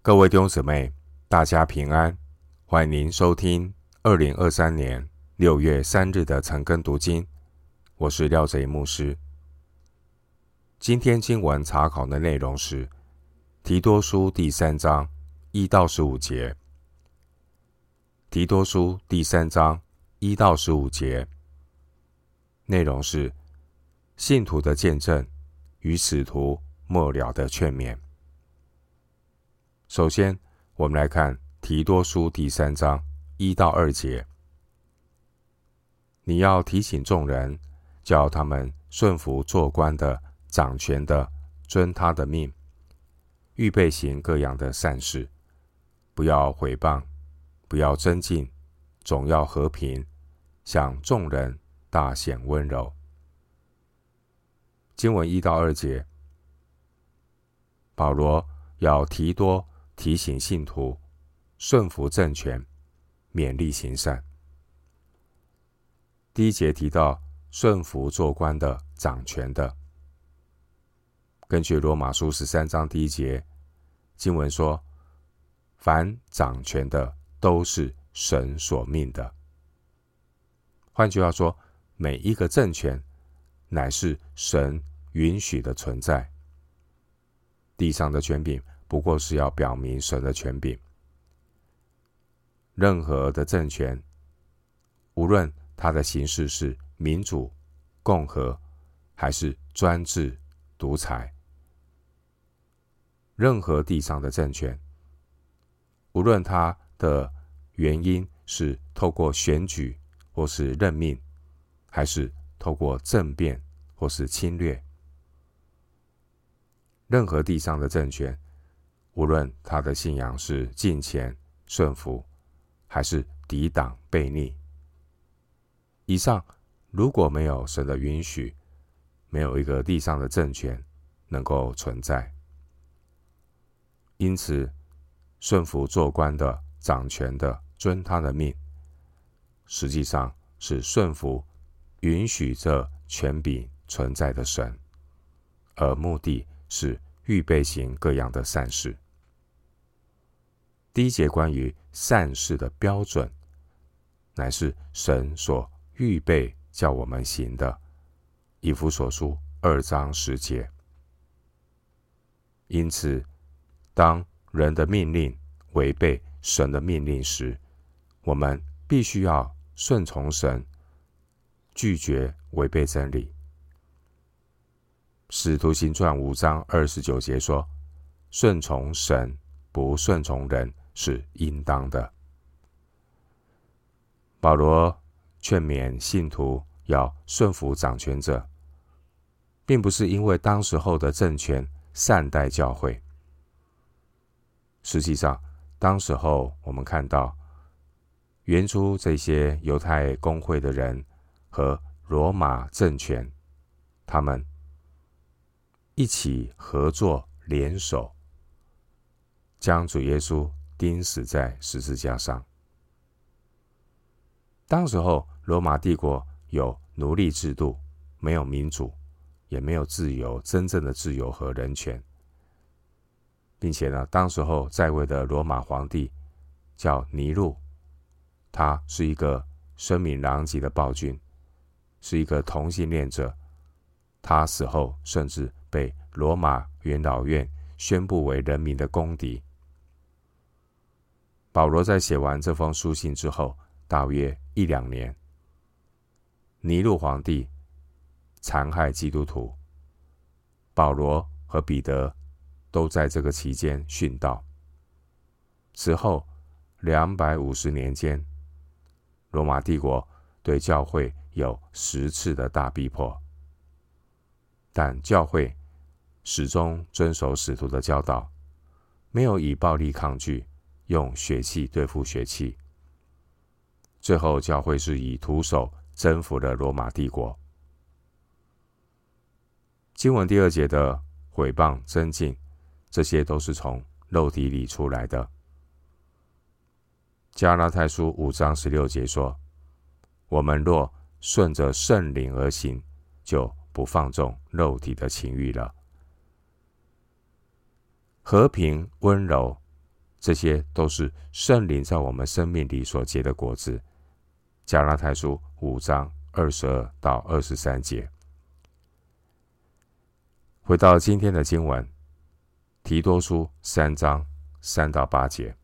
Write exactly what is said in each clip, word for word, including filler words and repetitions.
各位弟兄姊妹，大家平安，欢迎您收听二零二三年六月三日的晨更读经。我是廖贼牧师。今天经文查考的内容是提多书第三章一到十五节。提多书第三章一到十五节，内容是信徒的见证与使徒末了的劝勉。首先，我们来看提多书第三章一到二节。你要提醒众人，叫他们顺服做官的、掌权的，遵他的命，预备行各样的善事，不要毁谤，不要争竞，总要和平，向众人大显温柔。经文一到二节，保罗要提多提醒信徒顺服政权，勉励行善。第一节提到顺服做官的、掌权的。根据罗马书十三章第一节，经文说，凡掌权的都是神所命的。换句话说，每一个政权乃是神允许的存在。地上的权柄不过是要表明神的权柄。任何的政权，无论它的形式是民主、共和，还是专制、独裁，任何地上的政权，无论它的原因是透过选举或是任命，还是透过政变或是侵略，任何地上的政权，无论他的信仰是敬虔、顺服，还是抵挡、悖逆，以上如果没有神的允许，没有一个地上的政权能够存在。因此，顺服做官的、掌权的、遵他的命，实际上是顺服允许这权柄存在的神，而目的是预备行各样的善事。第一节关于善事的标准，乃是神所预备叫我们行的，以弗所书二章十节。因此，当人的命令违背神的命令时，我们必须要顺从神，拒绝违背真理。使徒行传五章二十九节说，顺从神，不顺从人是应当的。保罗劝勉信徒要顺服掌权者，并不是因为当时候的政权善待教会。实际上，当时候我们看到原初这些犹太公会的人和罗马政权，他们一起合作联手，将主耶稣钉死在十字架上。当时候罗马帝国有奴隶制度，没有民主，也没有自由，真正的自由和人权。并且呢，当时候在位的罗马皇帝叫尼禄，他是一个声名狼藉的暴君，是一个同性恋者。他死后甚至被罗马元老院宣布为人民的公敌。保罗在写完这封书信之后，大约一两年，尼禄皇帝残害基督徒，保罗和彼得都在这个期间殉道。此后两百五十年间，罗马帝国对教会有十次的大逼迫，但教会始终遵守使徒的教导，没有以暴力抗拒，用血气对付血气。最后教会是以徒手征服了罗马帝国。经文第二节的毁谤、争竞，这些都是从肉体里出来的。加拉太书五章十六节说，我们若顺着圣灵而行，就不放纵肉体的情欲了。和平、温柔这些都是圣灵在我们生命里所结的果子。加拉太书五章二十二到二十三节。回到今天的经文，提多书三章三到八节。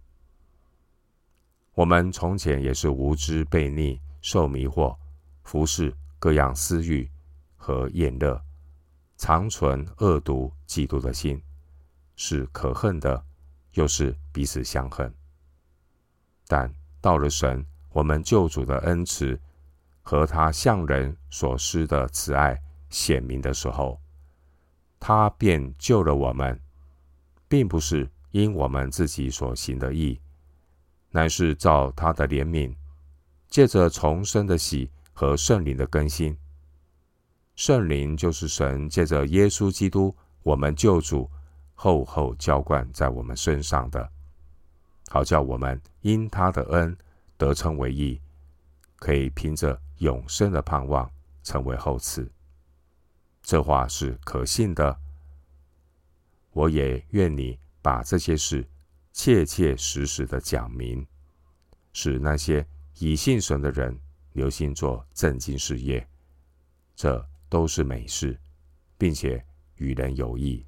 我们从前也是无知悖逆，受迷惑，服侍各样私欲和厌乐，常存恶毒嫉妒的心，是可恨的，又是彼此相恨。但到了神我们救主的恩慈和他向人所施的慈爱显明的时候，他便救了我们，并不是因我们自己所行的义，乃是照他的怜悯，借着重生的喜和圣灵的更新。圣灵就是神借着耶稣基督我们救主厚厚浇灌在我们身上的，好叫我们因他的恩得称为义，可以凭着永生的盼望成为后嗣。这话是可信的。我也愿你把这些事切切实实的讲明，使那些以信神的人留心做正经事业，这都是美事，并且与人有益。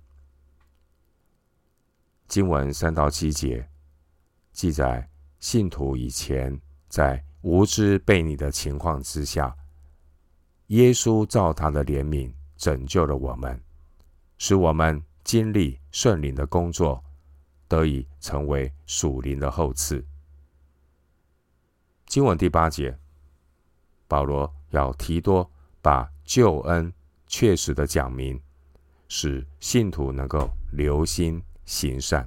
经文三到七节记载，信徒以前在无知悖逆的情况之下，耶稣照他的怜悯拯救了我们，使我们经历圣灵的工作，得以成为属灵的后嗣。经文第八节，保罗要提多把救恩确实的讲明，使信徒能够留心行善。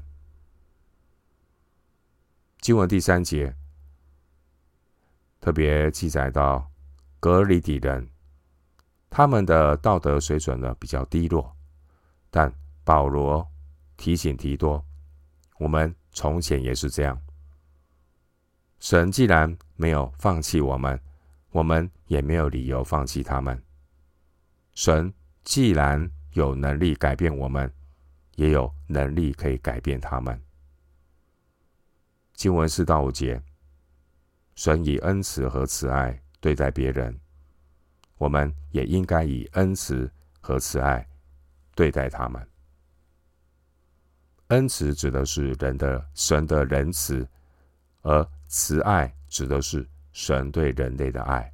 经文第三节特别记载到革哩底人，他们的道德水准呢比较低落，但保罗提醒提多，我们从前也是这样。神既然没有放弃我们，我们也没有理由放弃他们。神既然有能力改变我们，也有能力可以改变他们。经文四到五节，神以恩慈和慈爱对待别人，我们也应该以恩慈和慈爱对待他们。恩慈指的是人的神的仁慈，而慈爱指的是神对人类的爱。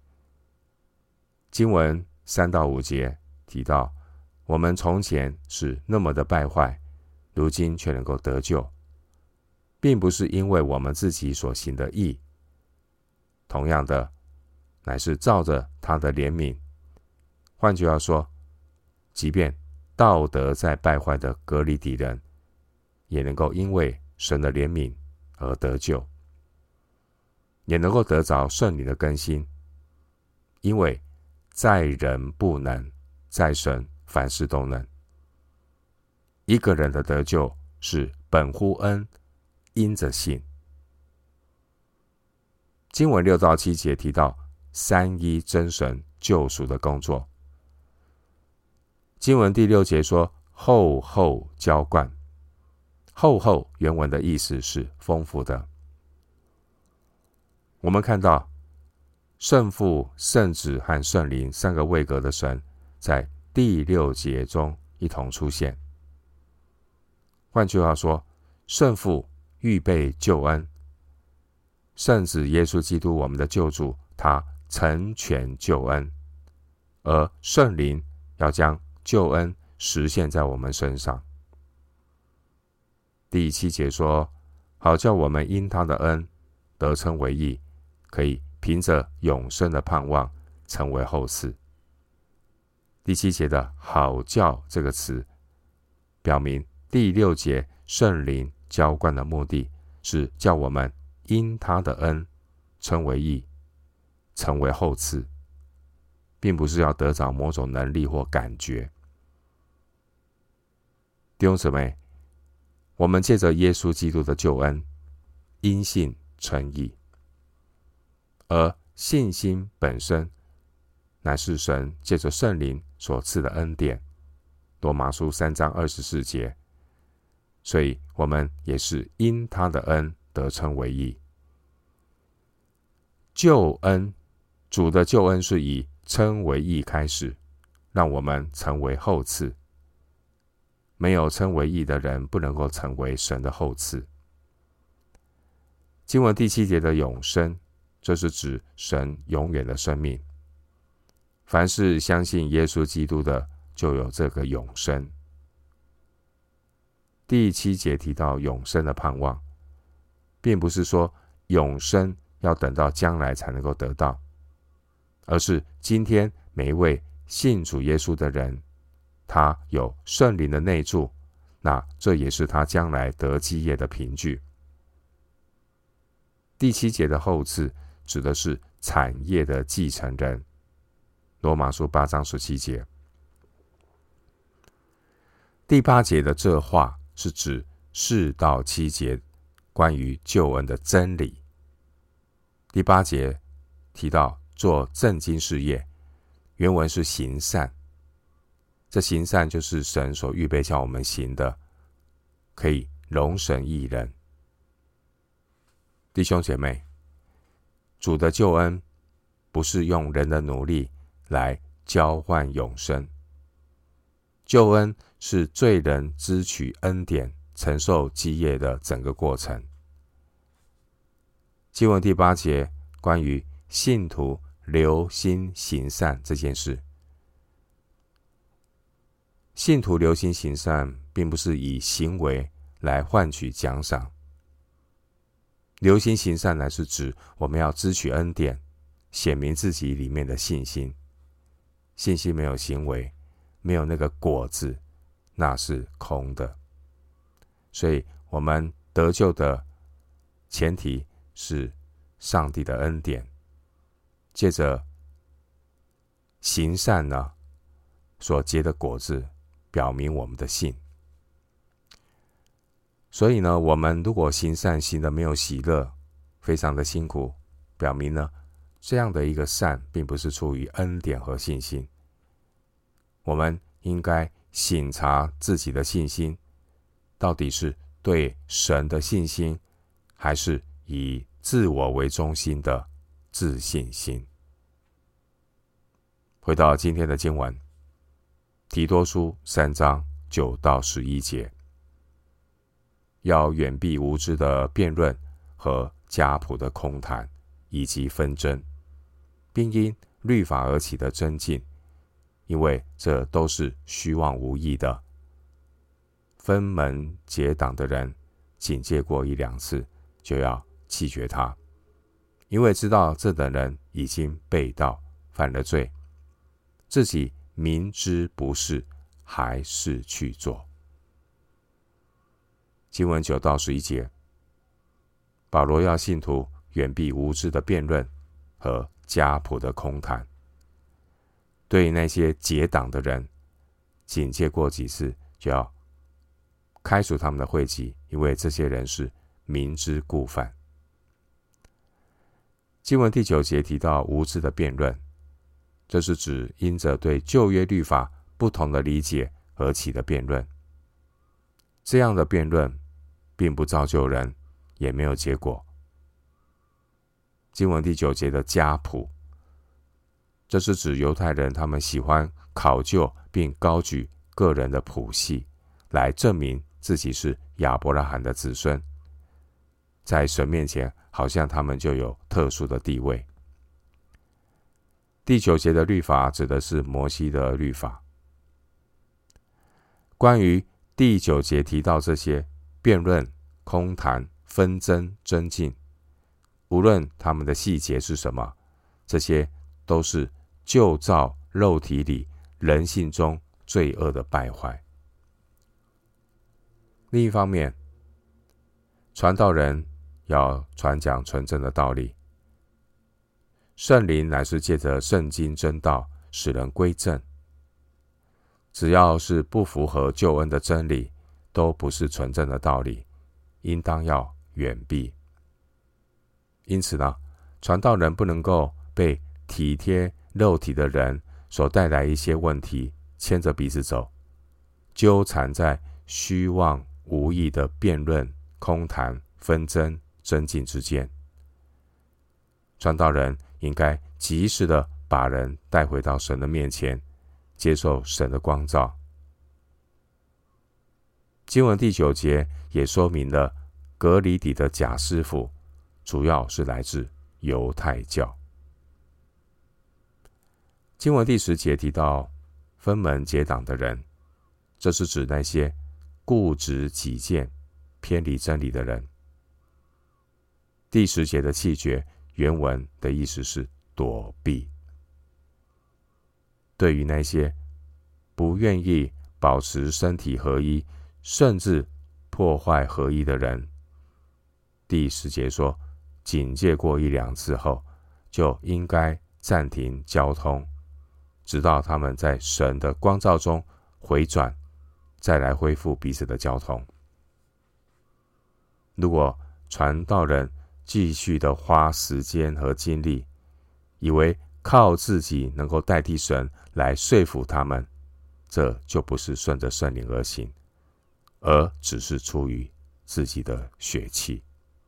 经文三到五节提到，我们从前是那么的败坏，如今却能够得救，并不是因为我们自己所行的义，同样的，乃是照着他的怜悯。换句话说，即便道德在败坏的革哩底人，也能够因为神的怜悯而得救，也能够得着圣灵的更新。因为在人不能，在神凡事都能。一个人的得救是本乎恩，因着信。经文六到七节提到三一真神救赎的工作。经文第六节说厚厚浇灌，厚厚原文的意思是丰富的。我们看到圣父、圣子和圣灵三个位格的神在第六节中一同出现。换句话说，圣父预备救恩，圣子耶稣基督我们的救主，他成全救恩，而圣灵要将救恩实现在我们身上。第七节说，好叫我们因他的恩得称为义，可以凭着永生的盼望成为后嗣。第七节的好叫这个词，表明第六节圣灵浇灌的目的是叫我们因他的恩称为义，成为后嗣，并不是要得着某种能力或感觉。弟兄姊妹，我们借着耶稣基督的救恩，因信称义，而信心本身乃是神借着圣灵所赐的恩典。罗马书三章二十四节， 所以我们也是因他的恩得称为义。救恩，主的救恩是以称为义开始，让我们成为后嗣。没有称为义的人，不能够成为神的后嗣。经文第七节的永生，这是指神永远的生命。凡是相信耶稣基督的，就有这个永生。第七节提到永生的盼望，并不是说永生要等到将来才能够得到，而是今天每一位信主耶稣的人，他有圣灵的内住，那这也是他将来得基业的凭据。第七节的后嗣指的是产业的继承人，罗马书八章十七节。第八节的这话是指四到七节关于救恩的真理。第八节提到做正经事业，原文是行善，这行善就是神所预备叫我们行的，可以容神益人。弟兄姐妹，主的救恩不是用人的努力来交换永生，救恩是罪人支取恩典、承受基业的整个过程。经文第八节关于信徒留心行善这件事，信徒留心行善，并不是以行为来换取奖赏。留心行善乃是指我们要支取恩典，显明自己里面的信心。信心没有行为，没有那个果子，那是空的。所以我们得救的前提是上帝的恩典，借着行善呢所结的果子，表明我们的信。所以呢，我们如果行善行得没有喜乐，非常的辛苦，表明呢，这样的一个善并不是出于恩典和信心。我们应该省察自己的信心，到底是对神的信心，还是以自我为中心的自信心。回到今天的经文，提多书三章九到十一节，要远避无知的辩论和家谱的空谈以及纷争，并因律法而起的争竞，因为这都是虚妄无益的。分门结党的人，警戒过一两次，就要弃绝他，因为知道这等人已经背道，犯了罪，自己明知不是，还是去做。经文九到十一节，保罗要信徒远避无知的辩论和家谱的空谈，对那些结党的人，警戒过几次，就要开除他们的会籍，因为这些人是明知故犯。经文第九节提到无知的辩论，这是指因着对旧约律法不同的理解而起的辩论。这样的辩论并不造就人，也没有结果。经文第九节的家谱，这是指犹太人他们喜欢考究并高举个人的谱系，来证明自己是亚伯拉罕的子孙，在神面前好像他们就有特殊的地位。第九节的律法指的是摩西的律法。关于第九节提到这些辩论、空谈、纷争、争竞，无论他们的细节是什么，这些都是旧造肉体里人性中罪恶的败坏。另一方面，传道人要传讲纯正的道理，圣灵乃是借着圣经真道使人归正。只要是不符合救恩的真理，都不是纯正的道理，应当要远避。因此呢，传道人不能够被体贴肉体的人所带来一些问题牵着鼻子走，纠缠在虚妄无益的辩论、空谈、纷争、争竞之间。传道人应该及时的把人带回到神的面前，接受神的光照。经文第九节也说明了革离底的假师傅主要是来自犹太教。经文第十节提到分门结党的人，这是指那些固执己见、偏离真理的人。第十节的气绝原文的意思是躲避。对于那些不愿意保持身体合一，甚至破坏合一的人，第十节说，警戒过一两次后，就应该暂停交通，直到他们在神的光照中回转，再来恢复彼此的交通。如果传道人继续的花时间和精力，以为靠自己能够代替神来说服他们，这就不是顺着圣灵而行，而只是出于自己的血气。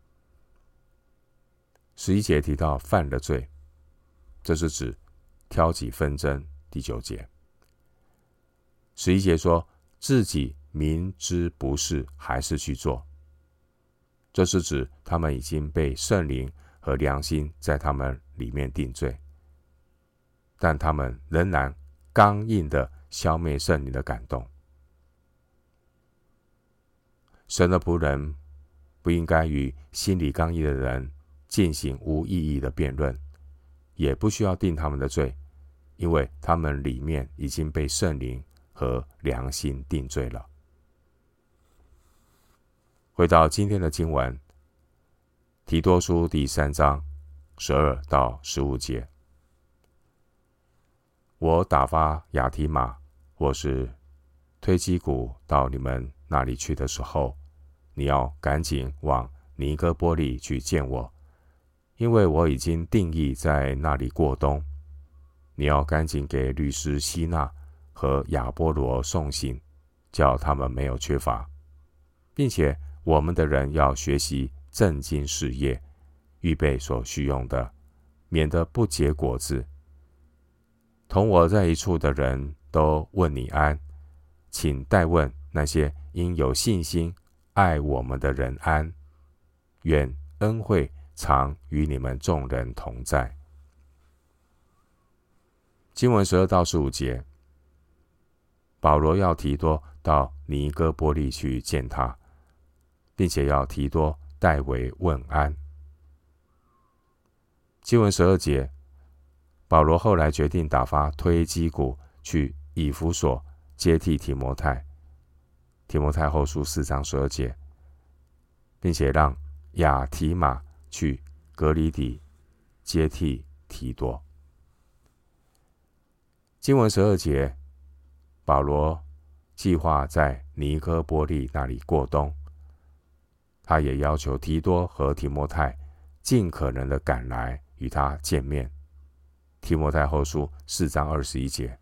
十一节提到犯了罪，这是指挑起纷争。第九节，十一节说自己明知不是还是去做，这是指他们已经被圣灵和良心在他们里面定罪，但他们仍然刚硬的消灭圣灵的感动。神的仆人不应该与心里刚硬的人进行无意义的辩论，也不需要定他们的罪，因为他们里面已经被圣灵和良心定罪了。回到今天的经文，提多书第三章十二到十五节。我打发亚提马或是推基古到你们那里去的时候，你要赶紧往尼哥波利去见我，因为我已经定义在那里过冬。你要赶紧给律师希纳和亚波罗送信，叫他们没有缺乏，并且我们的人要学习正经事业，预备所需用的，免得不结果子。同我在一处的人都问你安，请代问那些因有信心爱我们的人安。愿恩惠常与你们众人同在。经文十二到十五节，保罗要提多到尼哥波利去见他，并且要提多代为问安。经文十二节，保罗后来决定打发推基古去以弗所接替提摩太，提摩太后书四章十二节，并且让亚提马去革离底接替提多。经文十二节，保罗计划在尼哥波利那里过冬，他也要求提多和提摩太尽可能的赶来与他见面。提摩太后书四章二十一节。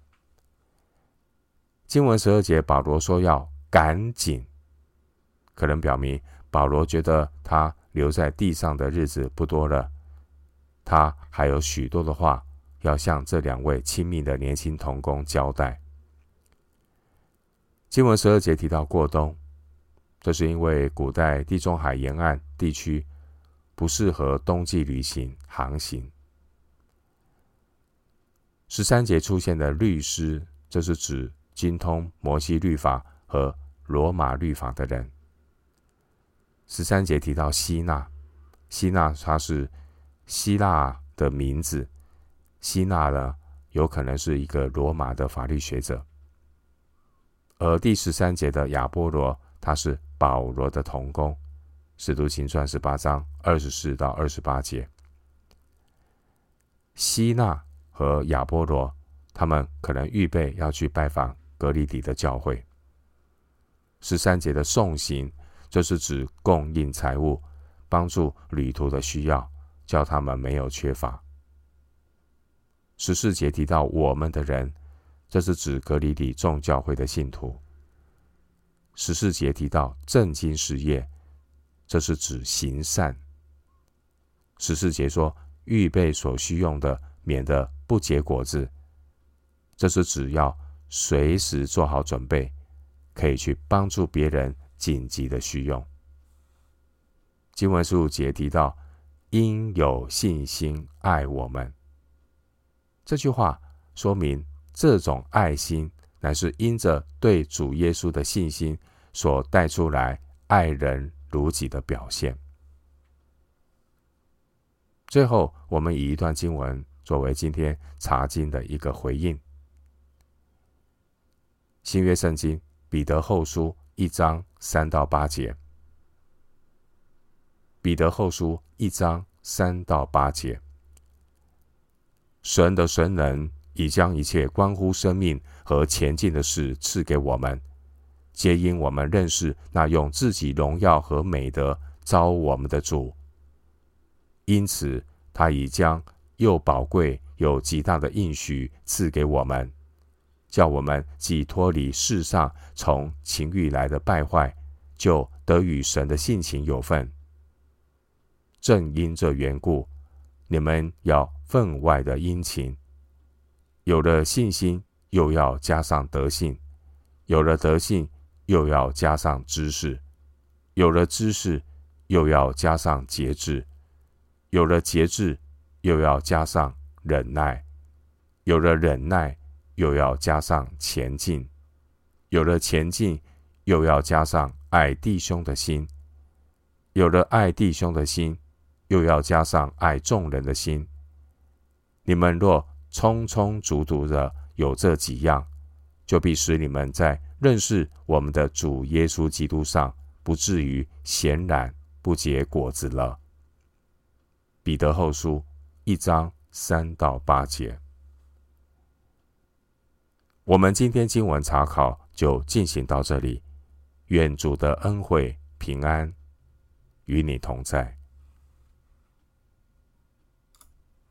经文十二节，保罗说要赶紧，可能表明保罗觉得他留在地上的日子不多了，他还有许多的话要向这两位亲密的年轻同工交代。经文十二节提到过冬，这是因为古代地中海沿岸地区不适合冬季旅行航行。十三节出现的律师，这是指精通摩西律法和罗马律法的人。十三节提到希纳，希纳他是希腊的名字，希纳呢有可能是一个罗马的法律学者。而第十三节的亚波罗，他是保罗的同工，使徒行传十八章二十四到二十八节。希纳和亚波罗，他们可能预备要去拜访革离底的教会。十三节的送行，这是指供应财物，帮助旅途的需要，叫他们没有缺乏。十四节提到我们的人，这是指革离底众教会的信徒。 十四节提到正经事业，这是指行善。十四节说预备所需用的，免得不结果子，这是指要随时做好准备，可以去帮助别人紧急的需用。经文十五节提到因有信心爱我们，这句话说明这种爱心乃是因着对主耶稣的信心所带出来爱人如己的表现。最后，我们以一段经文作为今天查经的一个回应。新约圣经彼得后书一章三到八节。彼得后书一章三到八节。神的神能已将一切关乎生命和前进的事赐给我们，皆因我们认识那用自己荣耀和美德召我们的主。因此他已将又宝贵又极大的应许赐给我们，叫我们既脱离世上从情欲来的败坏，就得与神的性情有份。正因这缘故，你们要分外的殷勤，有了信心又要加上德性，有了德性又要加上知识，有了知识又要加上节制，有了节制又要加上忍耐，有了忍耐又要加上前进，有了前进又要加上爱弟兄的心，有了爱弟兄的心又要加上爱众人的心。你们若充充足足的有这几样，就必使你们在认识我们的主耶稣基督上，不至于闲然不结果子了。彼得后书一章三到八节。我们今天经文查考就进行到这里，愿主的恩惠平安与你同在。